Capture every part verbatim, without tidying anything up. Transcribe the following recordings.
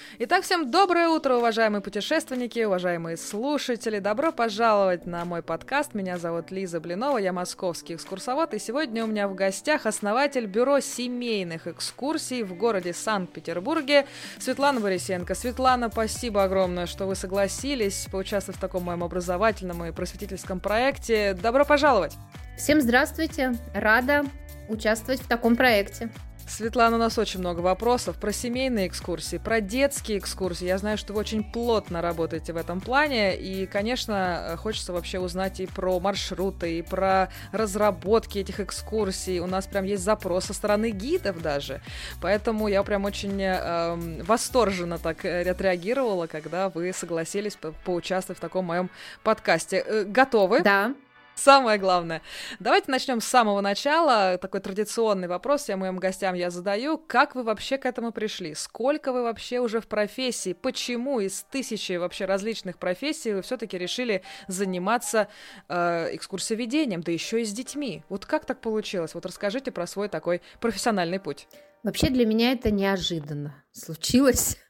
Итак, всем доброе утро, уважаемые путешественники, уважаемые слушатели. Добро пожаловать на мой подкаст. Меня зовут Лиза Блинова, я московский экскурсовод. И сегодня у меня в гостях основатель бюро семейных экскурсий в городе Санкт-Петербурге Светлана Борисенко. Светлана, спасибо огромное, что вы согласились поучаствовать в таком моем образовательном и просветительском проекте. Добро пожаловать! Всем здравствуйте! Рада участвовать в таком проекте. Светлана, у нас очень много вопросов про семейные экскурсии, про детские экскурсии. Я знаю, что вы очень плотно работаете в этом плане, и, конечно, хочется вообще узнать и про маршруты, и про разработки этих экскурсий. У нас прям есть запрос со стороны гидов даже, поэтому я прям очень э, восторженно так отреагировала, когда вы согласились по- поучаствовать в таком моем подкасте. Э, готовы? Да. Самое главное. Давайте начнем с самого начала. Такой традиционный вопрос я моим гостям я задаю. Как вы вообще к этому пришли? Сколько вы вообще уже в профессии? Почему из тысячи вообще различных профессий вы все-таки решили заниматься э, экскурсоведением, да еще и с детьми? Вот как так получилось? Вот расскажите про свой такой профессиональный путь. Вообще для меня это неожиданно случилось.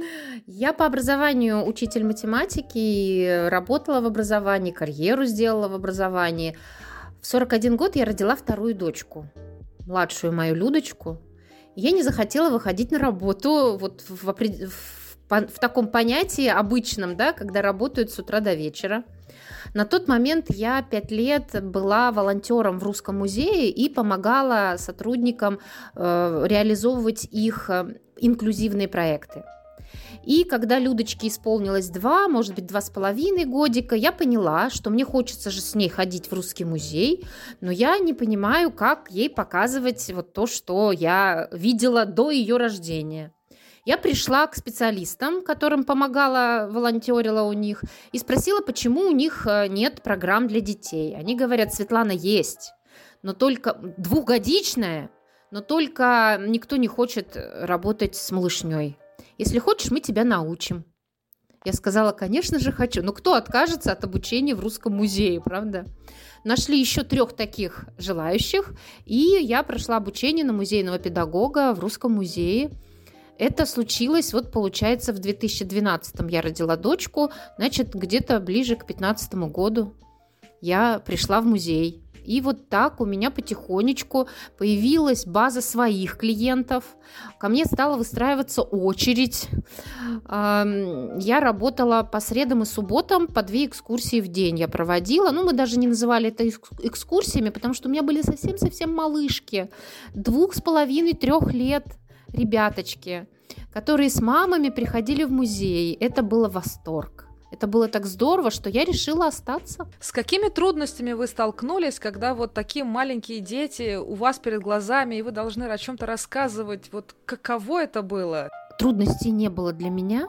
Я по образованию учитель математики, работала в образовании, карьеру сделала в образовании. В сорок один год я родила вторую дочку, младшую мою Людочку. Я не захотела выходить на работу вот в, в, в, в таком понятии обычном, да, когда работают с утра до вечера. На тот момент я пять лет была волонтером в Русском музее и помогала сотрудникам э, реализовывать их э, инклюзивные проекты. И когда Людочке исполнилось два, может быть, два с половиной годика, я поняла, что мне хочется же с ней ходить в Русский музей, но я не понимаю, как ей показывать вот то, что я видела до ее рождения. Я пришла к специалистам, которым помогала, волонтерила у них, и спросила, почему у них нет программ для детей. Они говорят: Светлана, есть, но только двухгодичная, но только никто не хочет работать с малышней. Если хочешь, мы тебя научим. Я сказала, конечно же, хочу. Но кто откажется от обучения в Русском музее, правда? Нашли еще трех таких желающих, и я прошла обучение на музейного педагога в Русском музее. Это случилось, вот получается, в две тысячи двенадцатом я родила дочку, значит, где-то ближе к пятнадцатому году я пришла в музей. И вот так у меня потихонечку появилась база своих клиентов. Ко мне стала выстраиваться очередь. Я работала по средам и субботам, по две экскурсии в день я проводила. Ну, мы даже не называли это экскурсиями, потому что у меня были совсем-совсем малышки. Двух с половиной, трех лет ребяточки, которые с мамами приходили в музей. Это был восторг. Это было так здорово, что я решила остаться. С какими трудностями вы столкнулись, когда вот такие маленькие дети у вас перед глазами, и вы должны о чем-то рассказывать? Вот каково это было? Трудностей не было для меня.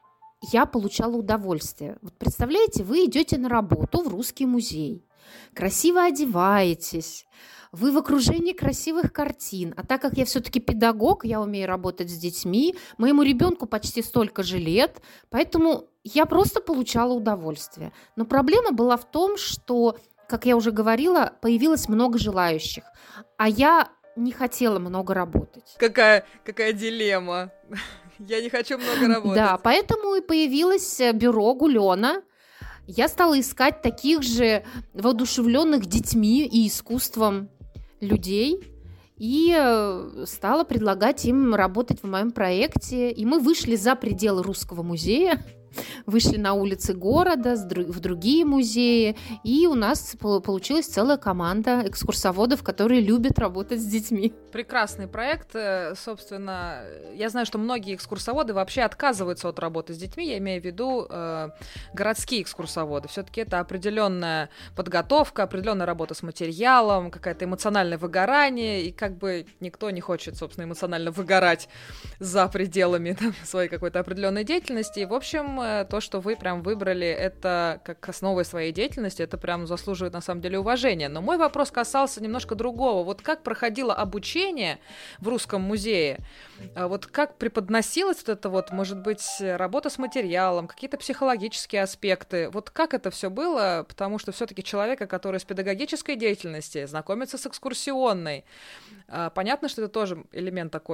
Я получала удовольствие. Вот представляете, вы идете на работу в Русский музей, красиво одеваетесь, вы в окружении красивых картин. А так как я все-таки педагог, я умею работать с детьми, моему ребенку почти столько же лет, поэтому я просто получала удовольствие. Но проблема была в том, что, как я уже говорила, появилось много желающих, а я не хотела много работать. Какая, какая дилемма. Я не хочу много работать. Да, поэтому и появилось бюро Гулёна. Я стала искать таких же воодушевленных детьми и искусством людей и стала предлагать им работать в моем проекте. И мы вышли за пределы Русского музея, вышли на улицы города, в другие музеи, и у нас получилась целая команда экскурсоводов, которые любят работать с детьми. Прекрасный проект. Собственно, я знаю, что многие экскурсоводы вообще отказываются от работы с детьми, я имею в виду э, городские экскурсоводы. Все-таки это определенная подготовка, определенная работа с материалом, какое-то эмоциональное выгорание, и как бы никто не хочет, собственно, эмоционально выгорать за пределами там, своей какой-то определенной деятельности. И, в общем, то, что вы прям выбрали это как основой своей деятельности, это прям заслуживает, на самом деле, уважения. Но мой вопрос касался немножко другого. Вот как проходило обучение в Русском музее? Вот как преподносилась вот это вот, может быть, работа с материалом, какие-то психологические аспекты? Вот как это все было? Потому что все-таки человека, который с педагогической деятельности знакомится с экскурсионной, понятно, что это тоже элемент такой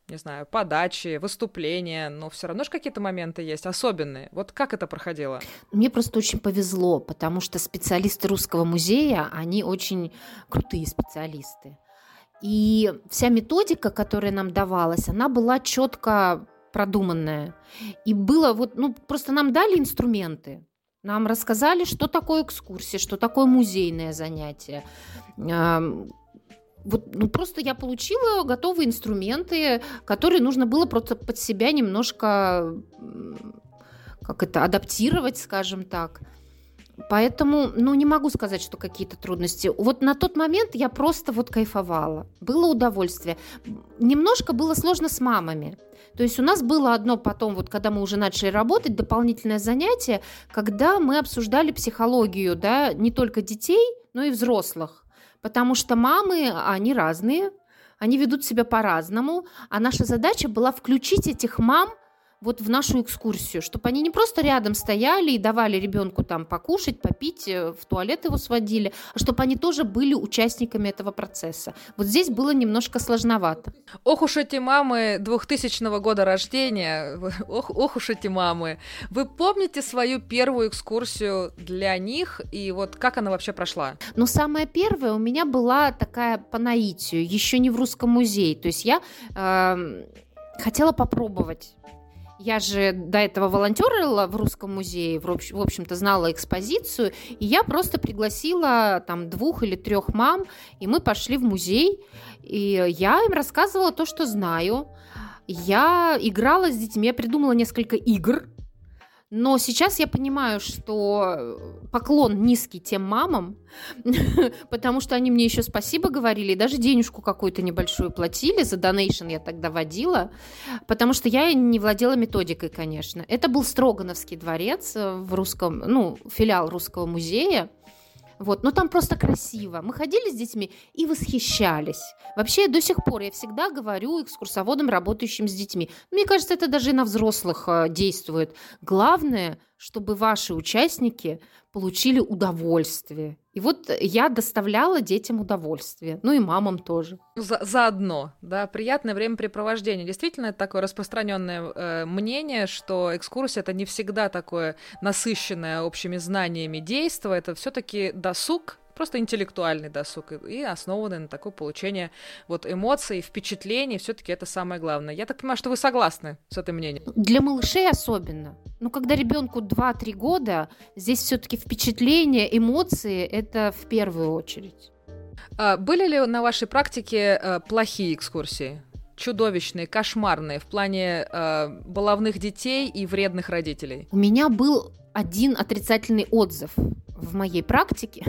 не знаю, подачи, выступления, но все равно же какие-то моменты есть особенные. Вот как это проходило? Мне просто очень повезло, потому что специалисты Русского музея, они очень крутые специалисты. И вся методика, которая нам давалась, она была четко продуманная. И было вот, ну, просто нам дали инструменты. Нам рассказали, что такое экскурсия, что такое музейное занятие. Вот, ну, просто я получила готовые инструменты, которые нужно было просто под себя немножко, как это, адаптировать, скажем так. Поэтому, ну, не могу сказать, что какие-то трудности. Вот на тот момент я просто вот кайфовала. Было удовольствие. Немножко было сложно с мамами. То есть у нас было одно потом, вот когда мы уже начали работать, дополнительное занятие, когда мы обсуждали психологию, да, не только детей, но и взрослых. Потому что мамы, они разные, они ведут себя по-разному, а наша задача была включить этих мам вот в нашу экскурсию, чтобы они не просто рядом стояли и давали ребенку там покушать, попить, в туалет его сводили, а чтобы они тоже были участниками этого процесса. Вот здесь было немножко сложновато. Ох уж эти мамы двухтысячного года рождения, ох, ох уж эти мамы. Вы помните свою первую экскурсию для них, и вот как она вообще прошла? Ну, самая первая у меня была такая по наитию, еще не в Русском музее. То есть я э, хотела попробовать. Я же до этого волонтерила в Русском музее, в общем-то знала экспозицию, и я просто пригласила там двух или трех мам, и мы пошли в музей, и я им рассказывала то, что знаю. Я играла с детьми, я придумала несколько игр, но сейчас я понимаю, что поклон низкий тем мамам, потому что они мне еще спасибо говорили, и даже денежку какую-то небольшую платили, за донейшн я тогда водила, потому что я не владела методикой, конечно. Это был Строгановский дворец в русском, ну, филиал Русского музея. Вот, но там просто красиво. Мы ходили с детьми и восхищались. Вообще, до сих пор я всегда говорю экскурсоводам, работающим с детьми. Мне кажется, это даже и на взрослых действует. Главное, чтобы ваши участники получили удовольствие. И вот я доставляла детям удовольствие, ну и мамам тоже. За, заодно, да, приятное времяпрепровождение. Действительно, это такое распространенное э, мнение, что экскурсия — это не всегда такое насыщенное общими знаниями действо, это все-таки досуг, просто интеллектуальный досуг, и основанный на такое получение вот эмоций, впечатлений, все-таки это самое главное. Я так понимаю, что вы согласны с этим мнением? Для малышей особенно. Ну, когда ребенку два-три года, здесь все-таки впечатления, эмоции — это в первую очередь. А были ли на вашей практике а, плохие экскурсии? Чудовищные, кошмарные в плане э, баловных детей и вредных родителей? У меня был один отрицательный отзыв в моей практике,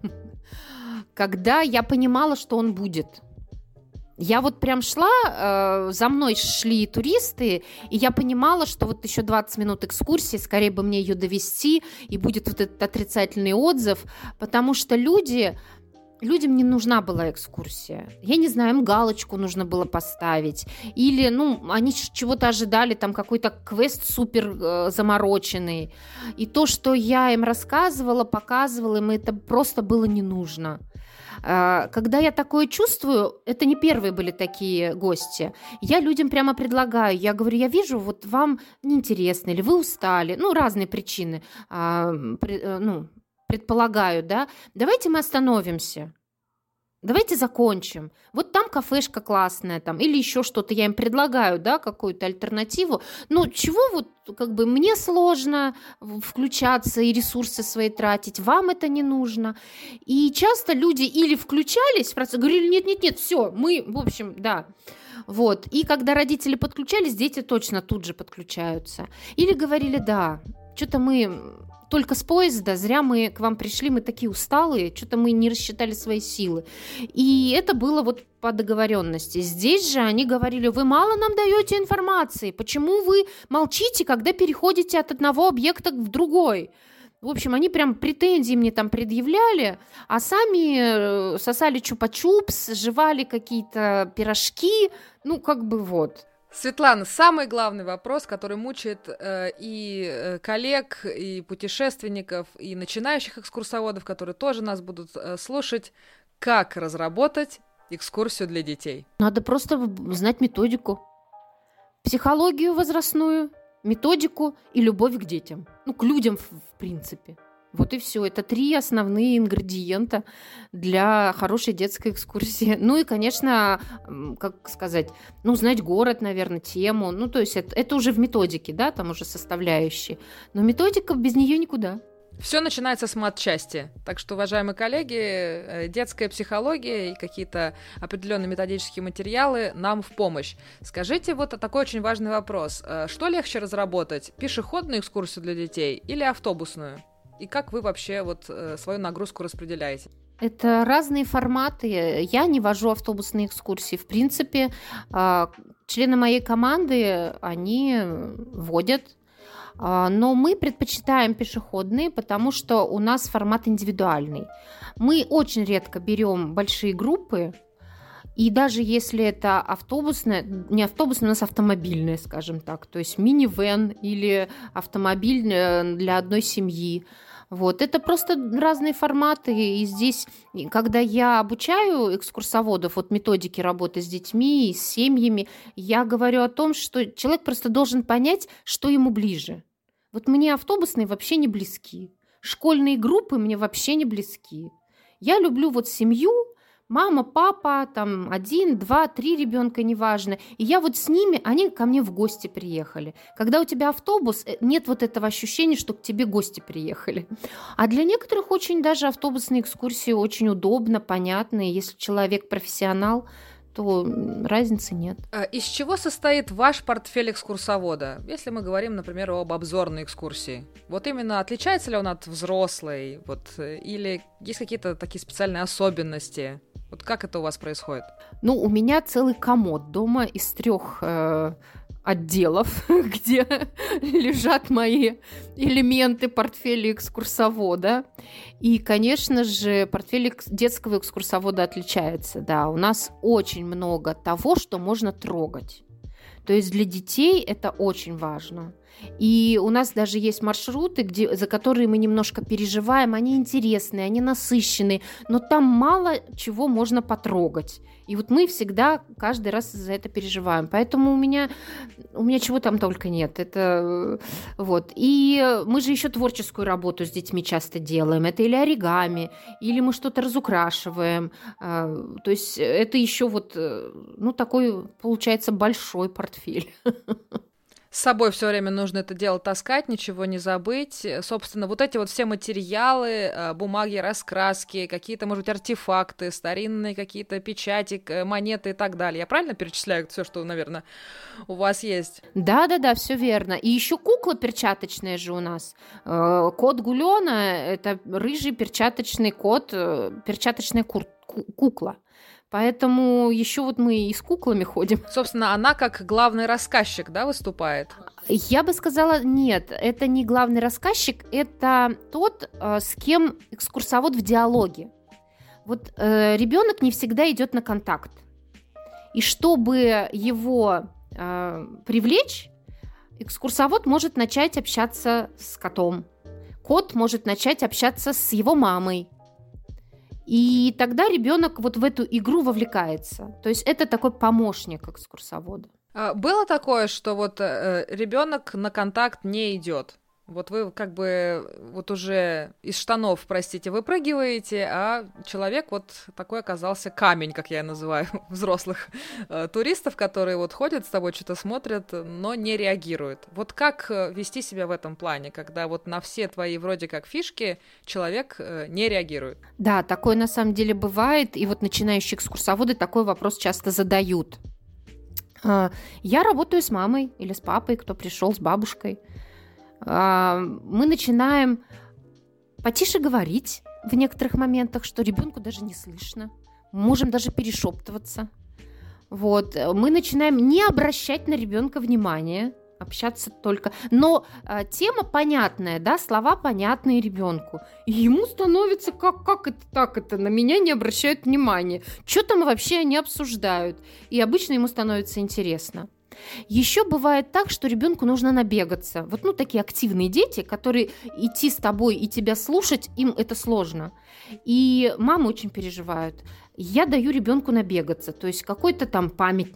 когда я понимала, что он будет. Я вот прям шла, э, за мной шли туристы, и я понимала, что вот еще двадцать минут экскурсии, скорее бы мне ее довести, и будет вот этот отрицательный отзыв, потому что люди... Людям не нужна была экскурсия. Я не знаю, им галочку нужно было поставить. Или, ну, они чего-то ожидали, там какой-то квест супер э, замороченный. И то, что я им рассказывала, показывала, им это просто было не нужно. Э, когда я такое чувствую, это не первые были такие гости, я людям прямо предлагаю. Я говорю, я вижу, вот вам неинтересно, или вы устали. Ну, разные причины. Э, при, э, ну, предполагаю, да, давайте мы остановимся, давайте закончим. Вот там кафешка классная, там, или еще что-то я им предлагаю, да, какую-то альтернативу. Ну, чего вот, как бы, мне сложно включаться и ресурсы свои тратить, вам это не нужно. И часто люди или включались, говорили, нет-нет-нет, все, мы, в общем, да. Вот. И когда родители подключались, дети точно тут же подключаются. Или говорили, да, что-то мы... Только с поезда, зря мы к вам пришли, мы такие усталые, что-то мы не рассчитали свои силы. И это было вот по договоренности. Здесь же они говорили, вы мало нам даете информации, почему вы молчите, когда переходите от одного объекта в другой? В общем, они прям претензии мне там предъявляли, а сами сосали чупа-чупс, жевали какие-то пирожки, ну как бы вот. Светлана, самый главный вопрос, который мучает э, и э, коллег, и путешественников, и начинающих экскурсоводов, которые тоже нас будут э, слушать, как разработать экскурсию для детей? Надо просто знать методику. психологию возрастную, методику и любовь к детям. Ну, к людям, в, в принципе. Вот и все. Это три основные ингредиента для хорошей детской экскурсии. Ну и, конечно, как сказать, ну, знать город, наверное, тему. Ну, то есть это, это уже в методике, да, там уже составляющие. Но методика, без нее никуда. Все начинается с матчасти. Так что, уважаемые коллеги, детская психология и какие-то определенные методические материалы нам в помощь. Скажите вот такой очень важный вопрос. Что легче разработать? Пешеходную экскурсию для детей или автобусную? И как вы вообще вот свою нагрузку распределяете? Это разные форматы. Я не вожу автобусные экскурсии. В принципе, члены моей команды, они водят. Но мы предпочитаем пешеходные, потому что у нас формат индивидуальный. Мы очень редко берем большие группы, и даже если это автобусная, не автобусная, у нас автомобильная, скажем так, то есть мини-вэн или автомобиль для одной семьи. Вот. Это просто разные форматы, и здесь, когда я обучаю экскурсоводов от методики работы с детьми и с семьями, я говорю о том, что человек просто должен понять, что ему ближе. Вот мне автобусные вообще не близки, школьные группы мне вообще не близки. Я люблю вот семью, мама, папа, там один, два, три ребенка, неважно. И я вот с ними, они ко мне в гости приехали. Когда у тебя автобус, нет вот этого ощущения, что к тебе гости приехали. А для некоторых очень даже автобусные экскурсии очень удобно, понятно. И если человек профессионал, то разницы нет. Из чего состоит ваш портфель экскурсовода, если мы говорим, например, об обзорной экскурсии? Вот именно отличается ли он от взрослой, вот, или есть какие-то такие специальные особенности? Вот как это у вас происходит? Ну, у меня целый комод дома из трех э, отделов, где лежат мои элементы портфеля экскурсовода. И, конечно же, портфель детского экскурсовода отличается. Да, у нас очень много того, что можно трогать. То есть для детей это очень важно. И у нас даже есть маршруты, где, за которые мы немножко переживаем. Они интересные, они насыщенные, но там мало чего можно потрогать. И вот мы всегда каждый раз за это переживаем. Поэтому у меня, у меня чего там только нет. Это, вот. И мы же еще творческую работу с детьми часто делаем. Это или оригами, или мы что-то разукрашиваем. То есть это еще вот, ну, такой, получается, большой портфель. С собой все время нужно это дело таскать, ничего не забыть. Собственно, вот эти вот все материалы, бумаги, раскраски, какие-то, может быть, артефакты, старинные какие-то печати, монеты и так далее. Я правильно перечисляю все, что, наверное, у вас есть? Да-да-да, все верно. И еще кукла перчаточная же у нас. Кот Гулёна – это рыжий перчаточный кот, перчаточная кур- кукла. Поэтому еще вот мы и с куклами ходим. Собственно, она как главный рассказчик, да, выступает? Я бы сказала, нет, это не главный рассказчик, это тот, с кем экскурсовод в диалоге. Вот э, ребенок не всегда идет на контакт. И чтобы его э, привлечь, экскурсовод может начать общаться с котом. Кот может начать общаться с его мамой. И тогда ребенок вот в эту игру вовлекается. То есть это такой помощник экскурсовода. А было такое, что вот э, ребенок на контакт не идет? Вот вы как бы вот уже из штанов, простите, выпрыгиваете, а человек вот такой оказался камень, как я называю, взрослых э, туристов, которые вот ходят с тобой, что-то смотрят, но не реагируют. Вот как вести себя в этом плане, когда вот на все твои вроде как фишки человек э, не реагирует? Да, такое на самом деле бывает, и вот начинающие экскурсоводы такой вопрос часто задают. Я работаю с мамой или с папой, кто пришел, с бабушкой. Мы начинаем потише говорить в некоторых моментах, что ребенку даже не слышно. Мы можем даже перешептываться. Вот. Мы начинаем не обращать на ребенка внимания, общаться только. Но а, тема понятная, да, слова понятные ребенку. И ему становится, как, как это так, это на меня не обращают внимания. Что там вообще они обсуждают? И обычно ему становится интересно. Еще бывает так, что ребенку нужно набегаться. Вот, ну, такие активные дети, которые идти с тобой и тебя слушать, им это сложно. И мамы очень переживают. Я даю ребенку набегаться, то есть какой-то там памятник.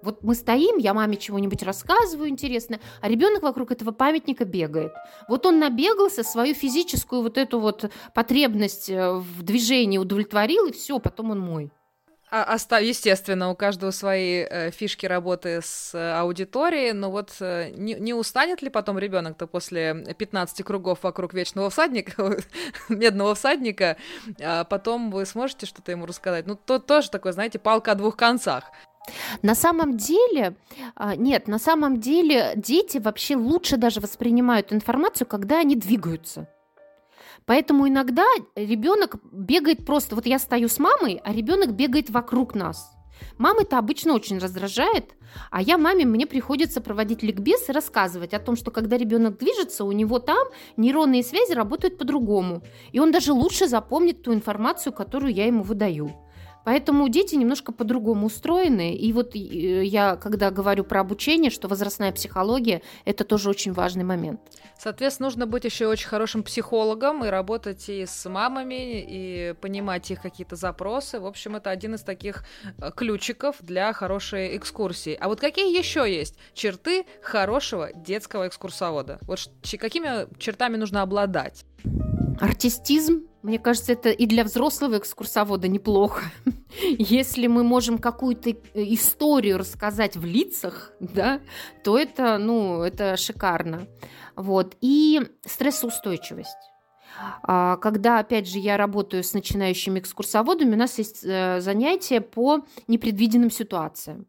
Вот мы стоим, я маме чего-нибудь рассказываю интересное, а ребенок вокруг этого памятника бегает. Вот он набегался, свою физическую вот эту вот потребность в движении удовлетворил, и все, потом он мой. А, естественно, у каждого свои э, фишки работы с э, аудиторией, но вот э, не, не устанет ли потом ребенок-то после пятнадцати кругов вокруг вечного всадника, медного всадника, а потом вы сможете что-то ему рассказать? Ну, то тоже такое, знаете, палка о двух концах. На самом деле, нет, на самом деле дети вообще лучше даже воспринимают информацию, когда они двигаются. Поэтому иногда ребенок бегает просто, вот я стою с мамой, а ребенок бегает вокруг нас. Мама это обычно очень раздражает, а я маме, мне приходится проводить ликбез и рассказывать о том, что когда ребенок движется, у него там нейронные связи работают по-другому, и он даже лучше запомнит ту информацию, которую я ему выдаю. Поэтому дети немножко по-другому устроены. И вот я, когда говорю про обучение, что возрастная психология – это тоже очень важный момент. Соответственно, нужно быть еще очень хорошим психологом и работать и с мамами, и понимать их какие-то запросы. В общем, это один из таких ключиков для хорошей экскурсии. А вот какие еще есть черты хорошего детского экскурсовода? Вот какими чертами нужно обладать? Артистизм. Мне кажется, это и для взрослого экскурсовода неплохо. Если мы можем какую-то историю рассказать в лицах, да, то это, ну, это шикарно. Вот. И стрессоустойчивость. Когда, опять же, я работаю с начинающими экскурсоводами, у нас есть занятия по непредвиденным ситуациям.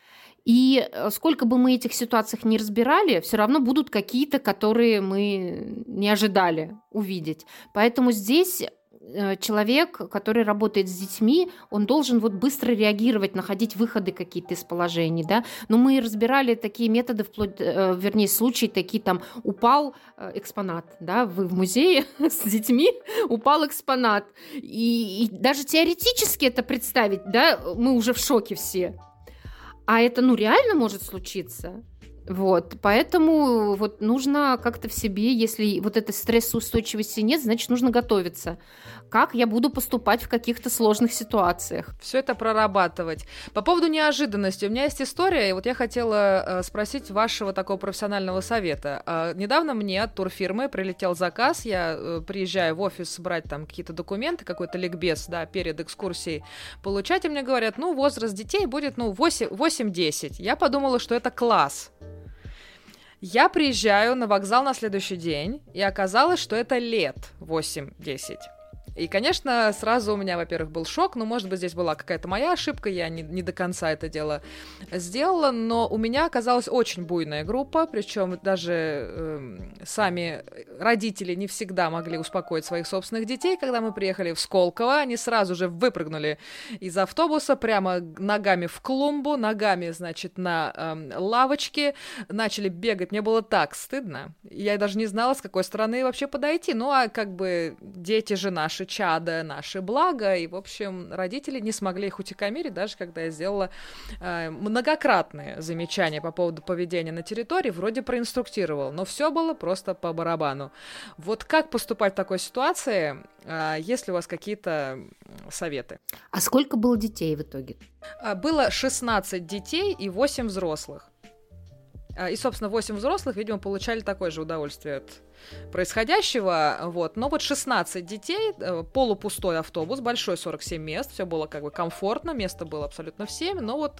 И сколько бы мы этих ситуациях не разбирали, все равно будут какие-то, которые мы не ожидали увидеть. Поэтому здесь человек, который работает с детьми, он должен вот быстро реагировать, находить выходы какие-то из положений, да. Но мы разбирали такие методы, вплоть, вернее, случаи такие, там, упал экспонат, да, вы в музее с детьми, упал экспонат. И, и даже теоретически это представить, да, мы уже в шоке все. А это, ну, реально может случиться. Вот, поэтому вот нужно как-то в себе, если вот этой стрессоустойчивости нет, значит, нужно готовиться. Как я буду поступать в каких-то сложных ситуациях? Все это прорабатывать. По поводу неожиданности. У меня есть история, и вот я хотела э, спросить вашего такого профессионального совета. Э, недавно мне от турфирмы прилетел заказ, я э, приезжаю в офис брать там какие-то документы, какой-то ликбез, да, перед экскурсией получать, и мне говорят, ну, возраст детей будет, ну, восемь-десять. Я подумала, что это класс. Я приезжаю на вокзал на следующий день, и оказалось, что это лет восемь-десять. И, конечно, сразу у меня, во-первых, был шок, но, может быть, здесь была какая-то моя ошибка, я не, не до конца это дело сделала, но у меня оказалась очень буйная группа, причем даже э, сами родители не всегда могли успокоить своих собственных детей. Когда мы приехали в Сколково, они сразу же выпрыгнули из автобуса прямо ногами в клумбу, ногами, значит, на э, лавочке, начали бегать. Мне было так стыдно, я даже не знала, с какой стороны вообще подойти. Ну, а как бы дети же наши, чада, наше благо, и, в общем, родители не смогли их утихомирить, даже когда я сделала э, многократные замечания по поводу поведения на территории, вроде проинструктировала, но все было просто по барабану. Вот как поступать в такой ситуации, э, есть ли у вас какие-то советы? А сколько было детей в итоге? Было шестнадцать детей и восемь взрослых. И, собственно, восемь взрослых, видимо, получали такое же удовольствие от происходящего, вот. Но вот шестнадцать детей, полупустой автобус, большой, сорок семь мест, все было как бы комфортно, место было абсолютно всем, но вот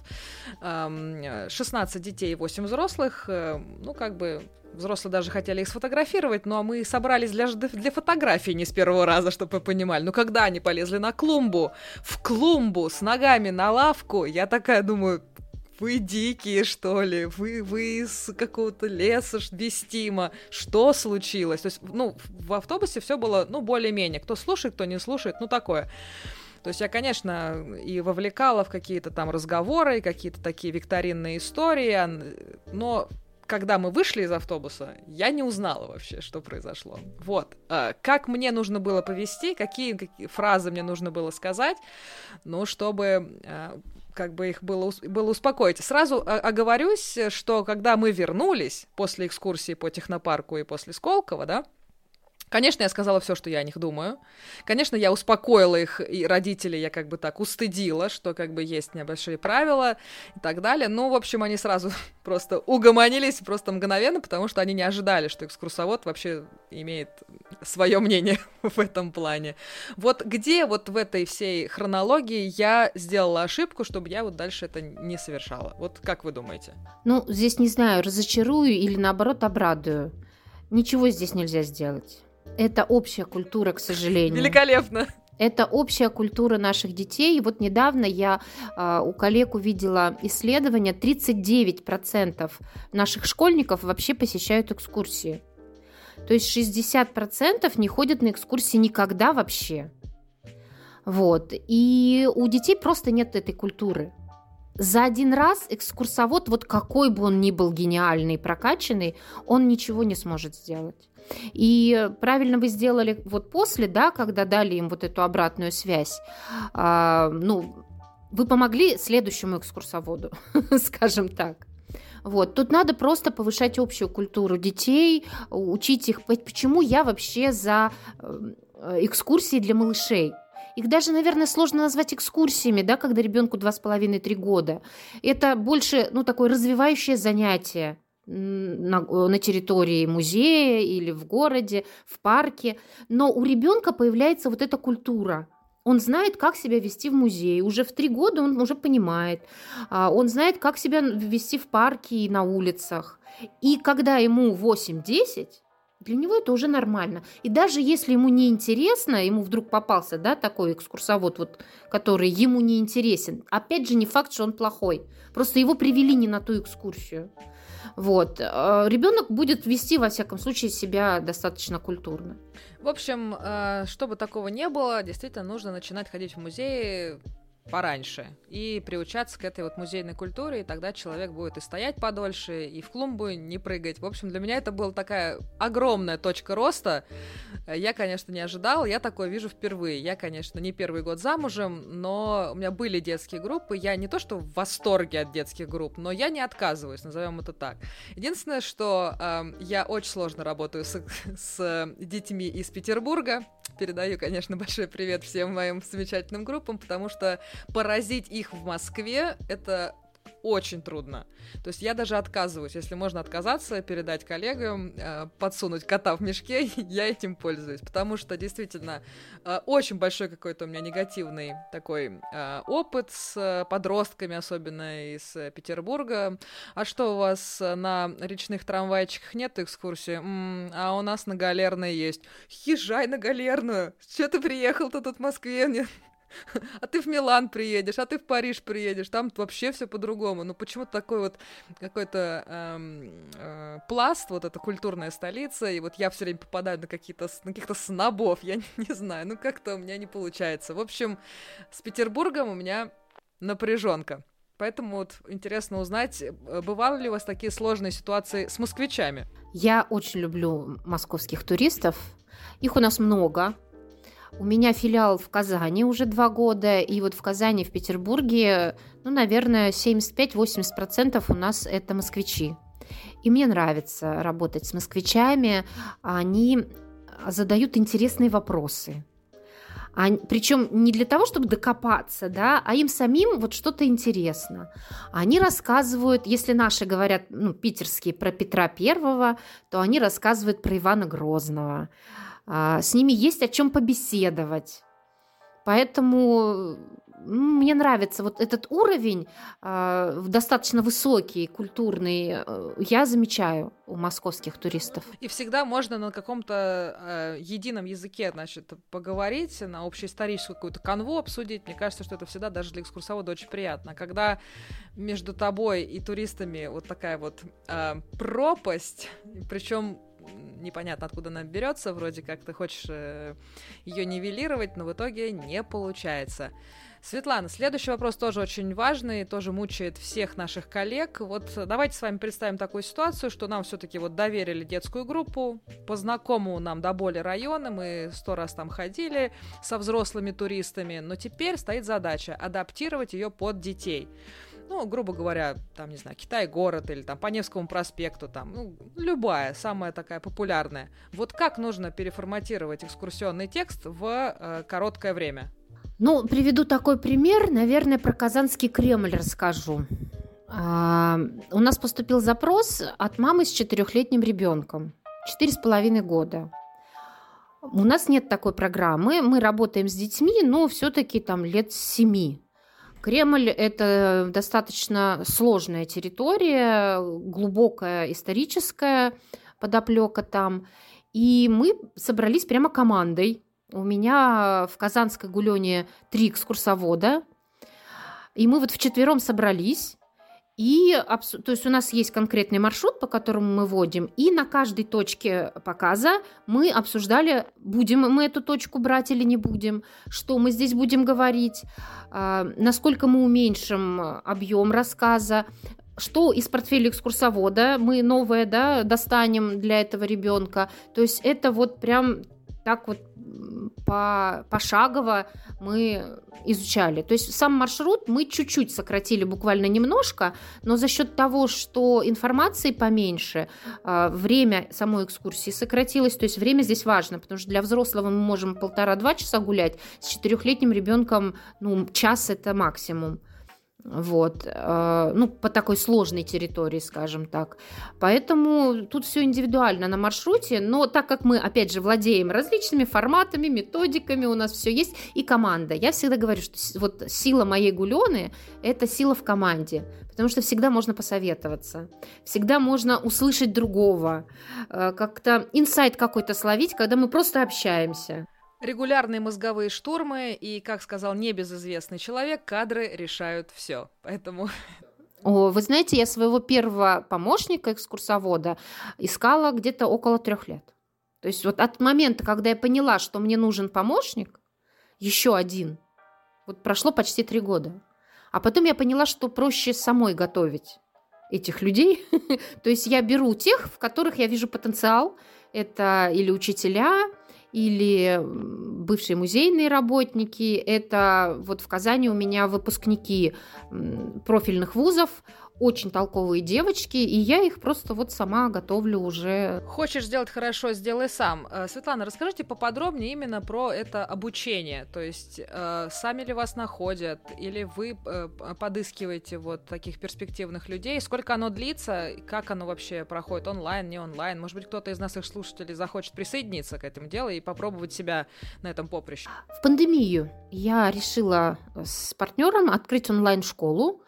шестнадцать детей и восемь взрослых, ну, как бы взрослые даже хотели их сфотографировать, но мы собрались для, для фотографий не с первого раза, чтобы вы понимали. Но когда они полезли на клумбу, в клумбу с ногами на лавку, я такая думаю... Вы дикие, что ли? Вы, вы из какого-то леса вестимо. Что случилось? То есть, ну, в автобусе все было, ну, более-менее. Кто слушает, кто не слушает, ну, такое. То есть я, конечно, и вовлекала в какие-то там разговоры, какие-то такие викторинные истории, но... Когда мы вышли из автобуса, я не узнала вообще, что произошло. Вот. Как мне нужно было повести, какие, какие фразы мне нужно было сказать, ну, чтобы как бы их было, было успокоить. Сразу оговорюсь, что когда мы вернулись после экскурсии по технопарку и после Сколково, да, Конечно, я сказала все, что я о них думаю. Конечно, я успокоила их, и родителей я как бы так устыдила, что как бы есть небольшие правила и так далее. Ну, в общем, они сразу просто угомонились просто мгновенно, потому что они не ожидали, что экскурсовод вообще имеет свое мнение в этом плане. Вот где вот в этой всей хронологии я сделала ошибку, чтобы я вот дальше это не совершала? Вот как вы думаете? Ну, здесь, не знаю, разочарую или, наоборот, обрадую. Ничего здесь нельзя сделать. Это общая культура, к сожалению. Великолепно. Это общая культура наших детей. И вот недавно я э, у коллег увидела исследование, тридцать девять процентов наших школьников вообще посещают экскурсии. То есть шестьдесят процентов не ходят на экскурсии никогда вообще. Вот. И у детей просто нет этой культуры. За один раз экскурсовод, вот какой бы он ни был гениальный и прокачанный, он ничего не сможет сделать. И правильно вы сделали вот после, да, когда дали им вот эту обратную связь, а, ну, вы помогли следующему экскурсоводу, скажем так. Вот. Тут надо просто повышать общую культуру детей, учить их, почему я вообще за экскурсии для малышей. Их даже, наверное, сложно назвать экскурсиями, да, когда ребенку два с половиной-три года. Это больше, ну, такое развивающее занятие на, на территории музея или в городе, в парке. Но у ребенка появляется вот эта культура. Он знает, как себя вести в музее. Уже в три года он уже понимает. Он знает, как себя вести в парке и на улицах. И когда ему восемь-десять, для него это уже нормально. И даже если ему не интересно, ему вдруг попался, да, такой экскурсовод, вот, который ему не интересен, опять же, не факт, что он плохой. Просто его привели не на ту экскурсию. Вот. Ребенок будет вести, во всяком случае, себя достаточно культурно. В общем, чтобы такого не было, действительно нужно начинать ходить в музеи пораньше и приучаться к этой вот музейной культуре, и тогда человек будет и стоять подольше, и в клумбу не прыгать. В общем, для меня это была такая огромная точка роста. Я, конечно, не ожидала, я такое вижу впервые. Я, конечно, не первый год замужем, но у меня были детские группы. Я не то что в восторге от детских групп, но я не отказываюсь, назовем это так. Единственное, что э, я очень сложно работаю с, с детьми из Петербурга. Передаю, конечно, большой привет всем моим замечательным группам, потому что поразить их в Москве — это очень трудно. То есть я даже отказываюсь. Если можно отказаться, передать коллегам, э, подсунуть кота в мешке, я этим пользуюсь. Потому что действительно э, очень большой какой-то у меня негативный такой э, опыт с подростками, особенно из Петербурга. А что, у вас на речных трамвайчиках нет экскурсии? М-м, а у нас на Галерной есть. Езжай на Галерную! Что ты приехал-то тут в Москве? Мне... А ты в Милан приедешь, а ты в Париж приедешь, там вообще все по-другому. Ну почему-то такой вот какой-то эм, э, пласт, вот эта культурная столица, и вот я все время попадаю на, какие-то, на каких-то снобов, я не, не знаю, ну как-то у меня не получается. В общем, с Петербургом у меня напряженка. Поэтому вот интересно узнать, бывали ли у вас такие сложные ситуации с москвичами? Я очень люблю московских туристов, их у нас много. У меня филиал в Казани уже два года, и вот в Казани, в Петербурге, ну, наверное, семьдесят пять - восемьдесят процентов у нас это москвичи. И мне нравится работать с москвичами, они задают интересные вопросы. Они, причем не для того, чтобы докопаться, да, а им самим вот что-то интересно. Они рассказывают, если наши говорят, ну, питерские, про Петра Первого, то они рассказывают про Ивана Грозного. С ними есть о чем побеседовать. Поэтому ну, мне нравится вот этот уровень, э, достаточно высокий, культурный, э, я замечаю у московских туристов. И всегда можно на каком-то э, едином языке, значит, поговорить, на общеисторическую какую-то канву обсудить. Мне кажется, что это всегда даже для экскурсовода очень приятно. Когда между тобой и туристами вот такая вот э, пропасть, причем непонятно, откуда она берется, вроде как ты хочешь э, ее нивелировать, но в итоге не получается. Светлана, следующий вопрос тоже очень важный, тоже мучает всех наших коллег. Вот давайте с вами представим такую ситуацию, что нам все-таки вот доверили детскую группу по знакомому нам до боли району, мы сто раз там ходили со взрослыми туристами, но теперь стоит задача адаптировать ее под детей. ну, грубо говоря, там, не знаю, Китай-город или там по Невскому проспекту, там, ну, любая, самая такая популярная. Вот как нужно переформатировать экскурсионный текст в э, короткое время? Ну, приведу такой пример, наверное, про Казанский Кремль расскажу. А, у нас поступил запрос от мамы с четырехлетним ребенком, четыре с половиной года. У нас нет такой программы, мы работаем с детьми, но все-таки там лет с семи. Кремль – это достаточно сложная территория, глубокая историческая подоплека там. И мы собрались прямо командой. У меня в Казанской Гулене три экскурсовода. И мы вот вчетвером собрались. И, то есть у нас есть конкретный маршрут, по которому мы водим, и на каждой точке показа мы обсуждали, будем мы эту точку брать или не будем, что мы здесь будем говорить, насколько мы уменьшим объем рассказа, что из портфеля экскурсовода мы новое, да, достанем для этого ребенка. То есть это вот прям так вот по, пошагово мы изучали. То есть сам маршрут мы чуть-чуть сократили, буквально немножко, но за счет того, что информации поменьше, время самой экскурсии сократилось. То есть время здесь важно, потому что для взрослого мы можем полтора-два часа гулять, с четырехлетним ребенком, ну, час это максимум. Вот, ну, по такой сложной территории, скажем так. Поэтому тут все индивидуально на маршруте, но так как мы, опять же, владеем различными форматами, методиками, у нас все есть, и команда. Я всегда говорю, что вот сила моей Гулены – это сила в команде, потому что всегда можно посоветоваться, всегда можно услышать другого, как-то инсайт какой-то словить, когда мы просто общаемся. Регулярные мозговые штурмы и, как сказал небезызвестный человек, кадры решают все. Поэтому... О, вы знаете, я своего первого помощника экскурсовода искала где-то около трех лет. То есть вот от момента, когда я поняла, что мне нужен помощник, еще один, вот прошло почти три года. А потом я поняла, что проще самой готовить этих людей. То есть я беру тех, в которых я вижу потенциал. Это или учителя, или бывшие музейные работники. Это вот в Казани у меня выпускники профильных вузов, очень толковые девочки, и я их просто вот сама готовлю уже. Хочешь сделать хорошо, сделай сам. Светлана, расскажите поподробнее именно про это обучение. То есть сами ли вас находят, или вы подыскиваете вот таких перспективных людей? Сколько оно длится, как оно вообще проходит, онлайн, не онлайн? Может быть, кто-то из наших слушателей захочет присоединиться к этому делу и попробовать себя на этом поприще? В пандемию я решила с партнером открыть онлайн-школу.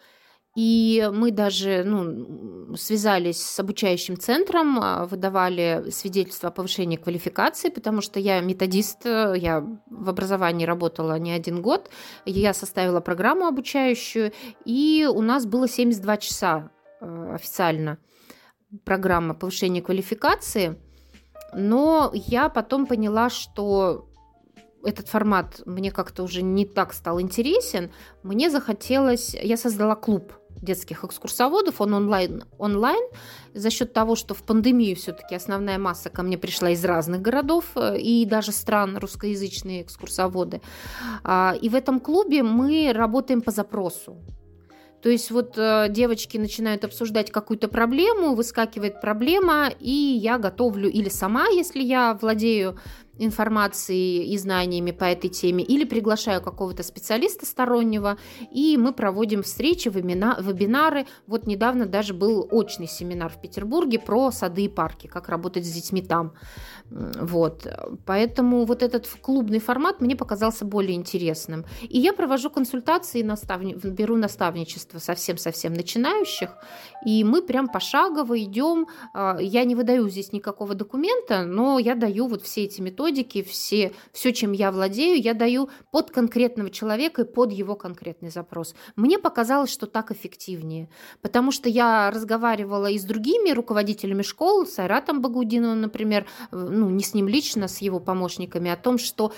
И мы даже ну, связались с обучающим центром, выдавали свидетельство о повышении квалификации, потому что я методист, я в образовании работала не один год, я составила программу обучающую, и у нас было семьдесят два часа официально программа повышения квалификации, но я потом поняла, что этот формат мне как-то уже не так стал интересен, мне захотелось, я создала клуб детских экскурсоводов, он онлайн, онлайн за счет того, что в пандемию все-таки основная масса ко мне пришла из разных городов и даже стран, русскоязычные экскурсоводы. И в этом клубе мы работаем по запросу. То есть вот девочки начинают обсуждать какую-то проблему, выскакивает проблема, и я готовлю или сама, если я владею информацией и знаниями по этой теме, или приглашаю какого-то специалиста стороннего, и мы проводим встречи, вебинары. Вот недавно даже был очный семинар в Петербурге про сады и парки, как работать с детьми там. Вот. Поэтому вот этот клубный формат мне показался более интересным. И я провожу консультации, наставни... беру наставничество совсем-совсем начинающих, и мы прям пошагово идем. Я не выдаю здесь никакого документа, но я даю вот все эти методики, все, все, чем я владею, я даю под конкретного человека и под его конкретный запрос. Мне показалось, что так эффективнее, потому что я разговаривала и с другими руководителями школ, с Айратом Багаудиновым, например, ну, не с ним лично, с его помощниками, о том, что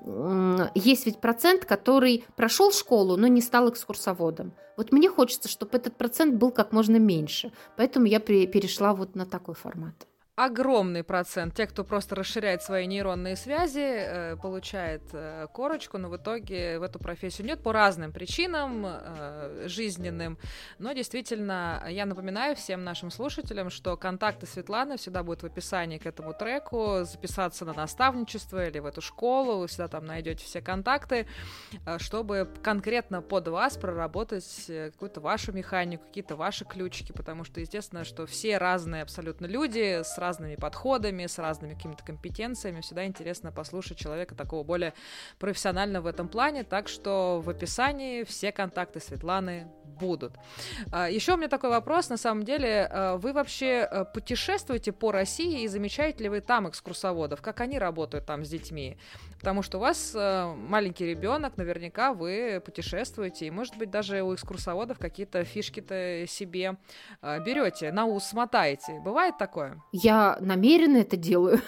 есть ведь процент, который прошел школу, но не стал экскурсоводом. Вот мне хочется, чтобы этот процент был как можно меньше, поэтому я перешла вот на такой формат. огромный процент тех, кто просто расширяет свои нейронные связи, э, получает э, корочку, но в итоге в эту профессию нет по разным причинам э, жизненным. Но действительно, я напоминаю всем нашим слушателям, что контакты Светланы всегда будут в описании к этому треку. Записаться на наставничество или в эту школу, вы всегда там найдете все контакты, э, чтобы конкретно под вас проработать какую-то вашу механику, какие-то ваши ключики, потому что, естественно, что все разные абсолютно люди с разными подходами, с разными какими-то компетенциями. Всегда интересно послушать человека такого более профессионального в этом плане. Так что в описании все контакты Светланы будут. Еще у меня такой вопрос. На самом деле, вы вообще путешествуете по России и замечаете ли вы там экскурсоводов? Как они работают там с детьми? Потому что у вас маленький ребенок, наверняка вы путешествуете, и, может быть, даже у экскурсоводов какие-то фишки-то себе берете, на ус смотаете. Бывает такое? Я намеренно это делаю.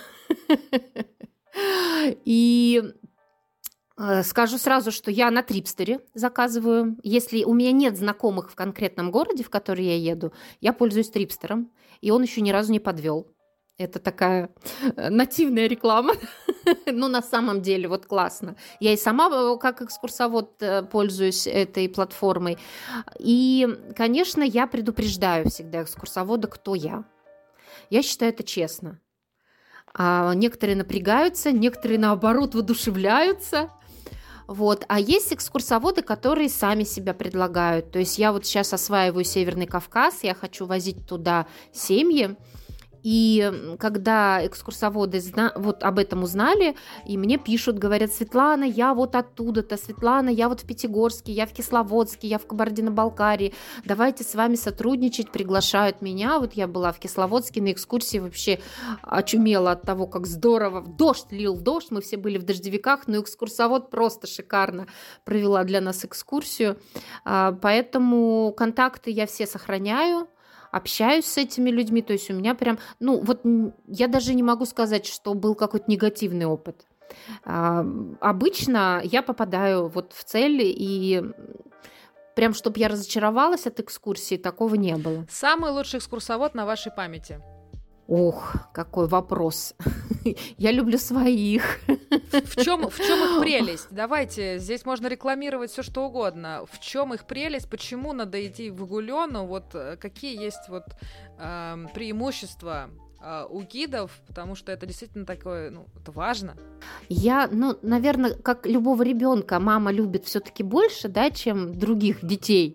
И скажу сразу, что я на Трипстере заказываю. Если у меня нет знакомых в конкретном городе, в который я еду, я пользуюсь Трипстером, и он еще ни разу не подвел. Это такая нативная реклама. Но на самом деле вот классно. Я и сама как экскурсовод пользуюсь этой платформой. И, конечно, я предупреждаю всегда экскурсовода, кто я. Я считаю это честно. А некоторые напрягаются, некоторые, наоборот, воодушевляются. Вот. А есть экскурсоводы, которые сами себя предлагают. То есть я вот сейчас осваиваю Северный Кавказ, я хочу возить туда семьи. И когда экскурсоводы зна- вот об этом узнали, и мне пишут, говорят: Светлана, я вот оттуда-то, Светлана, я вот в Пятигорске, я в Кисловодске, я в Кабардино-Балкарии, давайте с вами сотрудничать, приглашают меня. Вот я была в Кисловодске на экскурсии, вообще очумела от того, как здорово. Дождь лил, дождь, мы все были в дождевиках, но экскурсовод просто шикарно провела для нас экскурсию. Поэтому контакты я все сохраняю, общаюсь с этими людьми, то есть у меня прям, ну вот я даже не могу сказать, что был какой-то негативный опыт. А, обычно я попадаю вот в цель, и прям, чтобы я разочаровалась от экскурсии, такого не было. Самый лучший экскурсовод на вашей памяти? Ох, какой вопрос. Я люблю своих. В чем, в чем их прелесть? Давайте, здесь можно рекламировать все что угодно. В чем их прелесть? Почему надо идти в Игулену? Вот какие есть вот э, преимущества э, у гидов? Потому что это действительно такое, ну, это важно. Я, ну, наверное, как любого ребенка, мама любит все-таки больше, да, чем других детей.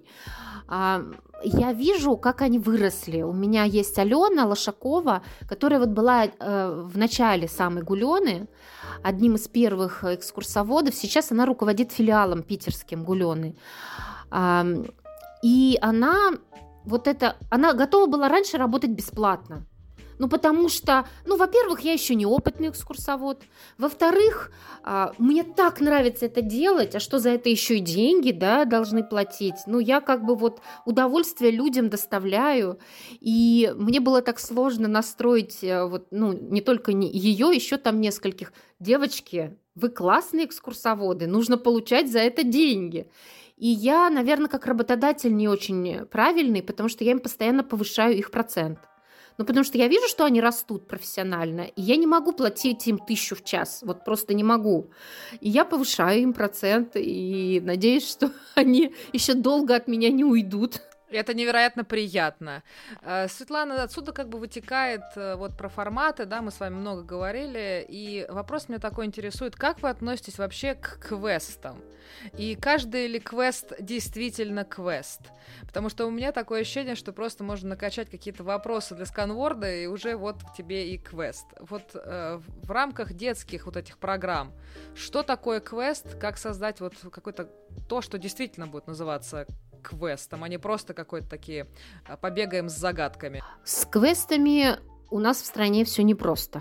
Я вижу, как они выросли. У меня есть Алена Лошакова, которая вот была э, в начале самой Гулены, одним из первых экскурсоводов. Сейчас она руководит филиалом питерским Гулены. Э, и она вот это, она готова была раньше работать бесплатно. Ну, потому что, ну, во-первых, я еще неопытный экскурсовод. Во-вторых, а, мне так нравится это делать, а что за это еще и деньги, да, должны платить. Ну, я как бы вот удовольствие людям доставляю. И мне было так сложно настроить, вот, ну, не только ее, еще там нескольких. Девочки, вы классные экскурсоводы, нужно получать за это деньги. И я, наверное, как работодатель не очень правильный, потому что я им постоянно повышаю их процент. Ну, потому что я вижу, что они растут профессионально, и я не могу платить им тысячу в час, вот просто не могу. И я повышаю им процент, и надеюсь, что они еще долго от меня не уйдут. Это невероятно приятно. Светлана, отсюда как бы вытекает вот про форматы, да, мы с вами много говорили, и вопрос меня такой интересует, как вы относитесь вообще к квестам? И каждый ли квест действительно квест? Потому что у меня такое ощущение, что просто можно накачать какие-то вопросы для сканворда, и уже вот тебе и квест. Вот э, в рамках детских вот этих программ, что такое квест, как создать вот какое-то то, что действительно будет называться квестом, а не просто какой-то такие побегаем с загадками. С квестами у нас в стране все непросто.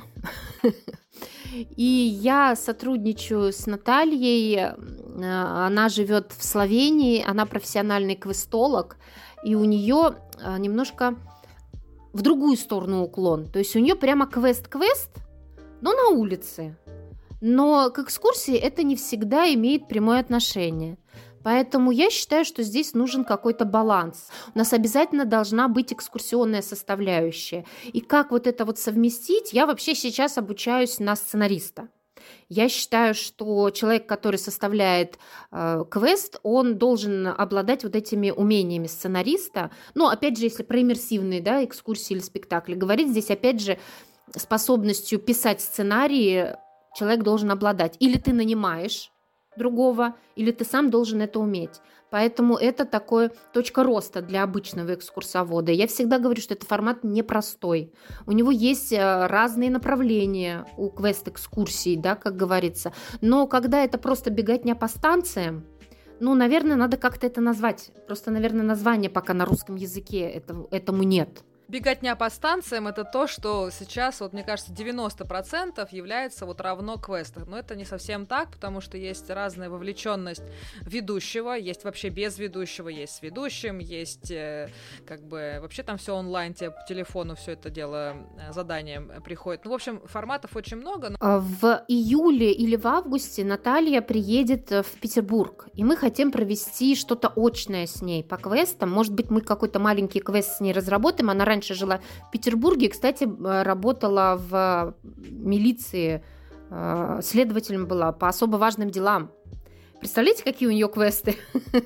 И я сотрудничаю с Натальей, она живет в Словении, она профессиональный квестолог, и у нее немножко в другую сторону уклон. То есть у нее прямо квест-квест, но на улице. Но к экскурсии это не всегда имеет прямое отношение. Поэтому я считаю, что здесь нужен какой-то баланс. У нас обязательно должна быть экскурсионная составляющая. И как вот это вот совместить? Я вообще сейчас обучаюсь на сценариста. Я считаю, что человек, который составляет э, квест, он должен обладать вот этими умениями сценариста. Но, опять же, если про иммерсивные, да, экскурсии или спектакли говорить, здесь, опять же, способностью писать сценарии человек должен обладать. Или ты нанимаешь другого, или ты сам должен это уметь. Поэтому это такой точка роста для обычного экскурсовода. Я всегда говорю, что этот формат непростой. У него есть разные направления у квест-экскурсий, да, как говорится. Но когда это просто беготня по станциям, ну, наверное, надо как-то это назвать. Просто, наверное, названия пока на русском языке этому, этому нет. Беготня по станциям — это то, что сейчас, вот мне кажется, девяносто процентов является вот равно квесту. Но это не совсем так, потому что есть разная вовлеченность ведущего, есть вообще без ведущего, есть с ведущим, есть э, как бы вообще там все онлайн, тебе по телефону все это дело э, заданием приходит. Ну, в общем, форматов очень много. Но... В июле или в августе Наталья приедет в Петербург, и мы хотим провести что-то очное с ней по квестам. Может быть, мы какой-то маленький квест с ней разработаем. Она раньше жила в Петербурге, кстати, работала в милиции, следователем была по особо важным делам. Представляете, какие у нее квесты?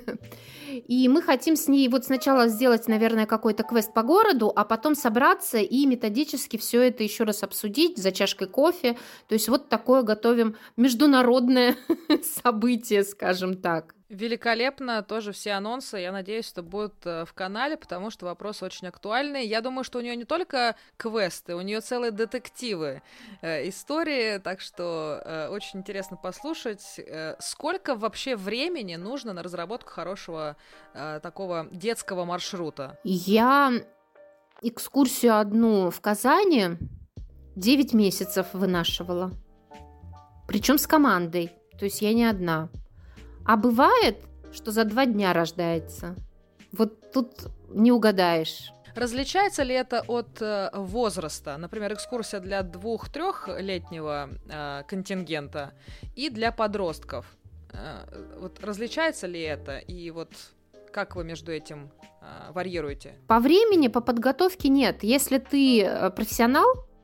И мы хотим с ней вот сначала сделать, наверное, какой-то квест по городу, а потом собраться и методически все это еще раз обсудить за чашкой кофе. То есть вот такое готовим международное событие, скажем так. Великолепно, тоже все анонсы, я надеюсь, что будут в канале, потому что вопрос очень актуальный. Я думаю, что у нее не только квесты, у нее целые детективы, э, истории, так что э, очень интересно послушать, э, сколько вообще времени нужно на разработку хорошего э, такого детского маршрута. Я экскурсию одну в Казани девять месяцев вынашивала, причем с командой, то есть я не одна. А бывает, что за два дня рождается. Вот тут не угадаешь. Различается ли это от э, возраста? Например, экскурсия для двух-трехлетнего э, контингента и для подростков. Э, вот различается ли это? И вот как вы между этим э, варьируете? По времени, по подготовке нет. Если ты профессионал,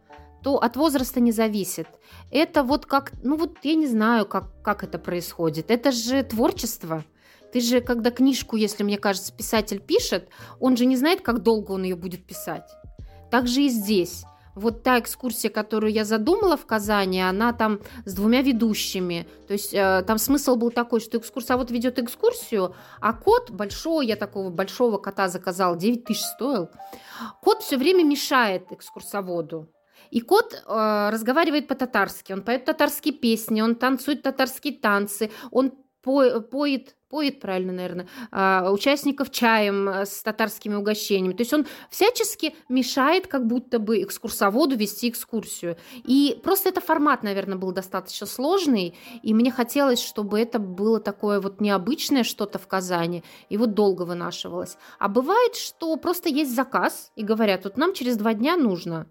то от возраста не зависит. Это вот как, ну вот я не знаю, как, как это происходит. Это же творчество. Ты же, когда книжку, если, мне кажется, писатель пишет, он же не знает, как долго он ее будет писать. Так же и здесь. Вот та экскурсия, которую я задумала в Казани, она там с двумя ведущими. То есть э, там смысл был такой, что экскурсовод ведет экскурсию, а кот большой, я такого большого кота заказала, девять тысяч стоил. Кот все время мешает экскурсоводу. И кот э, разговаривает по-татарски, он поет татарские песни, он танцует татарские танцы, он по- поет, поет, правильно, наверное, э, участников чаем с татарскими угощениями. То есть он всячески мешает как будто бы экскурсоводу вести экскурсию. И просто это формат, наверное, был достаточно сложный, и мне хотелось, чтобы это было такое вот необычное что-то в Казани, и вот долго вынашивалось. А бывает, что просто есть заказ, и говорят, вот нам через два дня нужно.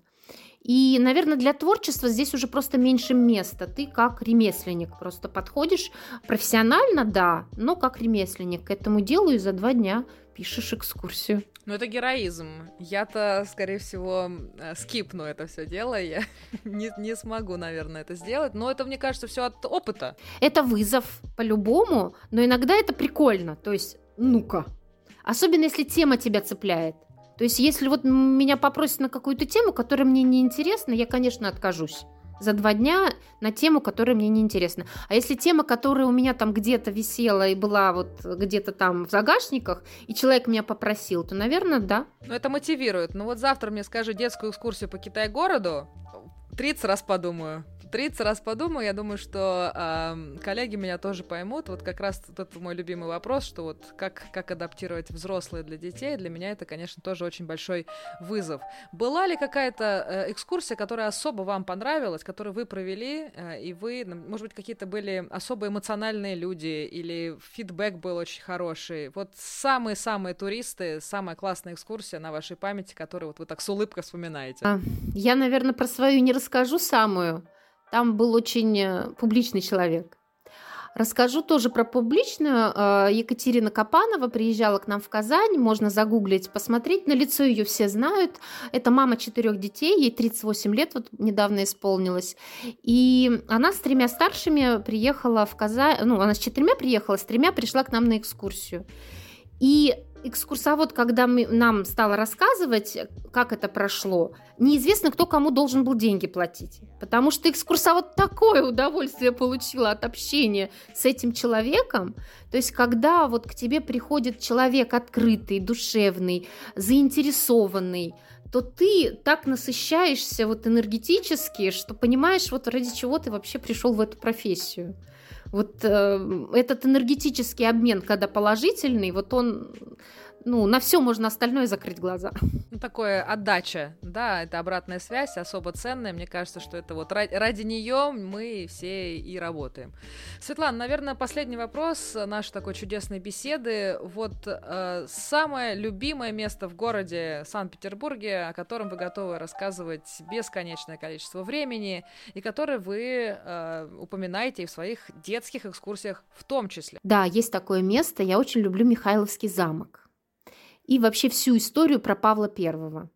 И, наверное, для творчества здесь уже просто меньше места. Ты как ремесленник просто подходишь профессионально, да, но как ремесленник к этому делу и за два дня пишешь экскурсию. Ну, это героизм. Я-то, скорее всего, скипну это все дело. Я не, не смогу, наверное, это сделать. Но это, мне кажется, все от опыта. Это вызов по-любому, но иногда это прикольно. То есть, ну-ка. Особенно, если тема тебя цепляет. То есть, если вот меня попросят на какую-то тему, которая мне не интересна, я, конечно, откажусь за два дня на тему, которая мне не интересна. А если тема, которая у меня там где-то висела и была вот где-то там в загашниках, и человек меня попросил, то, наверное, да. Ну, это мотивирует. Ну, вот завтра мне скажи детскую экскурсию по Китай-городу, тридцать раз подумаю. тридцать раз подумаю, я думаю, что э, коллеги меня тоже поймут. Вот как раз это мой любимый вопрос, что вот как, как адаптировать взрослые для детей, для меня это, конечно, тоже очень большой вызов. Была ли какая-то э, экскурсия, которая особо вам понравилась, которую вы провели, э, и вы, может быть, какие-то были особо эмоциональные люди, или фидбэк был очень хороший? Вот самые-самые туристы, самая классная экскурсия на вашей памяти, которую вот вы так с улыбкой вспоминаете? Я, наверное, про свою не расскажу самую. Там был очень публичный человек. Расскажу тоже про публичную. Э, Екатерина Капанова приезжала к нам в Казань, можно загуглить, посмотреть. На лицо ее все знают. Это мама четырех детей, ей тридцать восемь лет, вот недавно исполнилось. И она с тремя старшими приехала в Казань, ну, она с четырьмя приехала, с тремя пришла к нам на экскурсию. И экскурсовод, когда мы, нам стала рассказывать, как это прошло, неизвестно, кто кому должен был деньги платить. Потому что экскурсовод такое удовольствие получила от общения с этим человеком. То есть, когда вот к тебе приходит человек открытый, душевный, заинтересованный, то ты так насыщаешься вот энергетически, что понимаешь, вот ради чего ты вообще пришел в эту профессию. Вот э, этот энергетический обмен, когда положительный, вот он, ну, на все можно остальное закрыть глаза. Ну, такое отдача, да, это обратная связь, особо ценная. Мне кажется, что это вот ради, ради нее мы все и работаем. Светлана, наверное, последний вопрос нашей такой чудесной беседы. Вот э, самое любимое место в городе Санкт-Петербурге, о котором вы готовы рассказывать бесконечное количество времени, и которое вы э, упоминаете и в своих детских экскурсиях в том числе. Да, есть такое место. Я очень люблю Михайловский замок. И вообще всю историю про Павла Первого.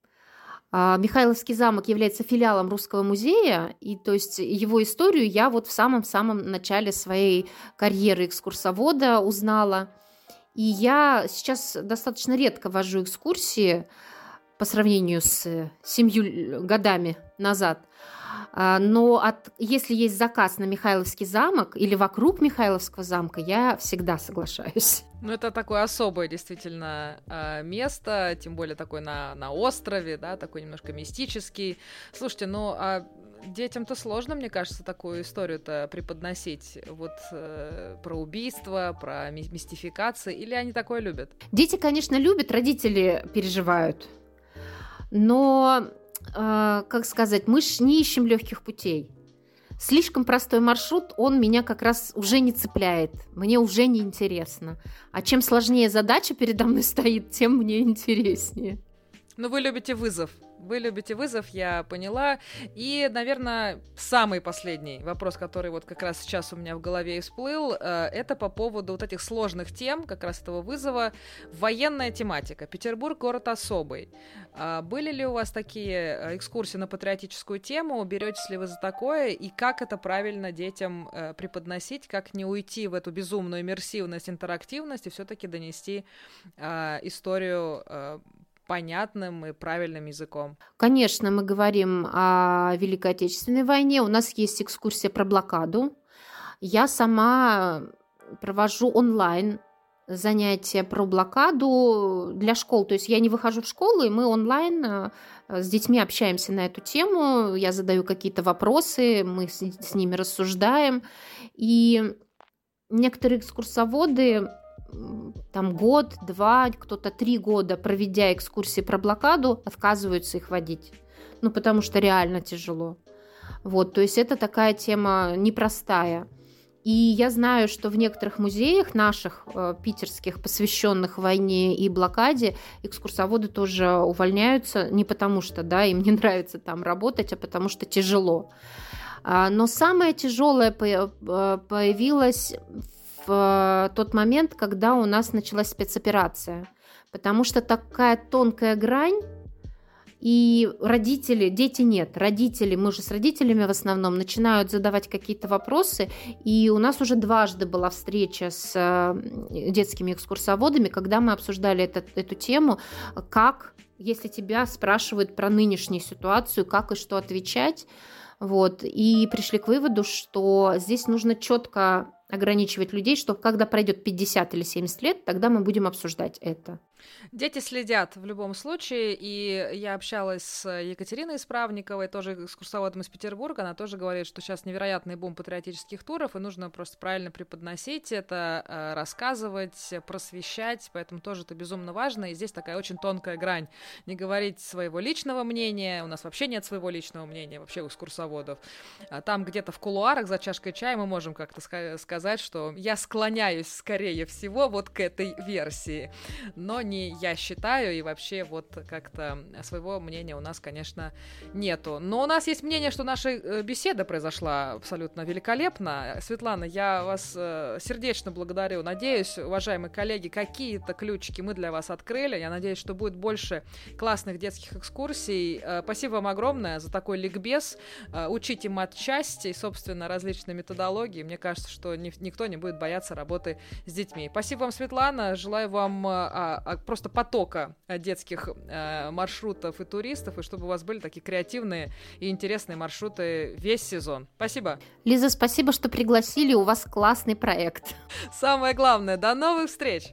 Михайловский замок является филиалом Русского музея, и то есть его историю я вот в самом-самом начале своей карьеры экскурсовода узнала. И я сейчас достаточно редко вожу экскурсии по сравнению с семью годами назад. Но от, если есть заказ на Михайловский замок или вокруг Михайловского замка, я всегда соглашаюсь. Ну, это такое особое действительно место, тем более такое на, на острове, да, такой немножко мистический. Слушайте, ну, а детям-то сложно, мне кажется, такую историю-то преподносить, вот э, про убийство, про ми- мистификации, или они такое любят? Дети, конечно, любят, родители переживают, но... как сказать, мы ж не ищем легких путей. Слишком простой маршрут, он меня как раз уже не цепляет, мне уже не интересно. А чем сложнее задача передо мной стоит, тем мне интереснее. Ну, вы любите вызов. Вы любите вызов, я поняла. И, наверное, самый последний вопрос, который вот как раз сейчас у меня в голове и всплыл, это по поводу вот этих сложных тем, как раз этого вызова. Военная тематика. Петербург — город особый. Были ли у вас такие экскурсии на патриотическую тему? Беретесь ли вы за такое? И как это правильно детям преподносить? Как не уйти в эту безумную иммерсивность, интерактивность и все-таки донести историю понятным и правильным языком? Конечно, мы говорим о Великой Отечественной войне. У нас есть экскурсия про блокаду. Я сама провожу онлайн занятия про блокаду для школ. То есть я не выхожу в школу, и мы онлайн с детьми общаемся на эту тему. Я задаю какие-то вопросы, мы с, с ними рассуждаем. И некоторые экскурсоводы там год, два, кто-то три года, проведя экскурсии про блокаду, отказываются их водить. Ну, потому что реально тяжело. Вот, то есть это такая тема непростая. И я знаю, что в некоторых музеях наших, э, питерских, посвященных войне и блокаде, экскурсоводы тоже увольняются не потому что, да, им не нравится там работать, а потому что тяжело. А, но самое тяжелое появилось в тот момент, когда у нас началась спецоперация. Потому что такая тонкая грань, и родители, дети нет, родители, мы же с родителями в основном, начинают задавать какие-то вопросы, и у нас уже дважды была встреча с детскими экскурсоводами, когда мы обсуждали это, эту тему, как, если тебя спрашивают про нынешнюю ситуацию, как и что отвечать, вот, и пришли к выводу, что здесь нужно четко ограничивать людей, что когда пройдет пятьдесят или семьдесят лет, тогда мы будем обсуждать это. Дети следят в любом случае, и я общалась с Екатериной Исправниковой, тоже экскурсоводом из Петербурга, она тоже говорит, что сейчас невероятный бум патриотических туров, и нужно просто правильно преподносить это, рассказывать, просвещать, поэтому тоже это безумно важно, и здесь такая очень тонкая грань. Не говорить своего личного мнения, у нас вообще нет своего личного мнения, вообще у экскурсоводов. А там где-то в кулуарах за чашкой чая мы можем как-то сказать, что я склоняюсь скорее всего вот к этой версии, но не я считаю, и вообще вот как-то своего мнения у нас, конечно, нету. Но у нас есть мнение, что наша беседа произошла абсолютно великолепно. Светлана, я вас сердечно благодарю. Надеюсь, уважаемые коллеги, какие-то ключики мы для вас открыли. Я надеюсь, что будет больше классных детских экскурсий. Спасибо вам огромное за такой ликбез. Учите матчасти и, собственно, различные методологии. Мне кажется, что никто не будет бояться работы с детьми. Спасибо вам, Светлана. Желаю вам а, а, просто потока детских а, маршрутов и туристов, и чтобы у вас были такие креативные и интересные маршруты весь сезон. Спасибо. Лиза, спасибо, что пригласили. У вас классный проект. Самое главное. До новых встреч!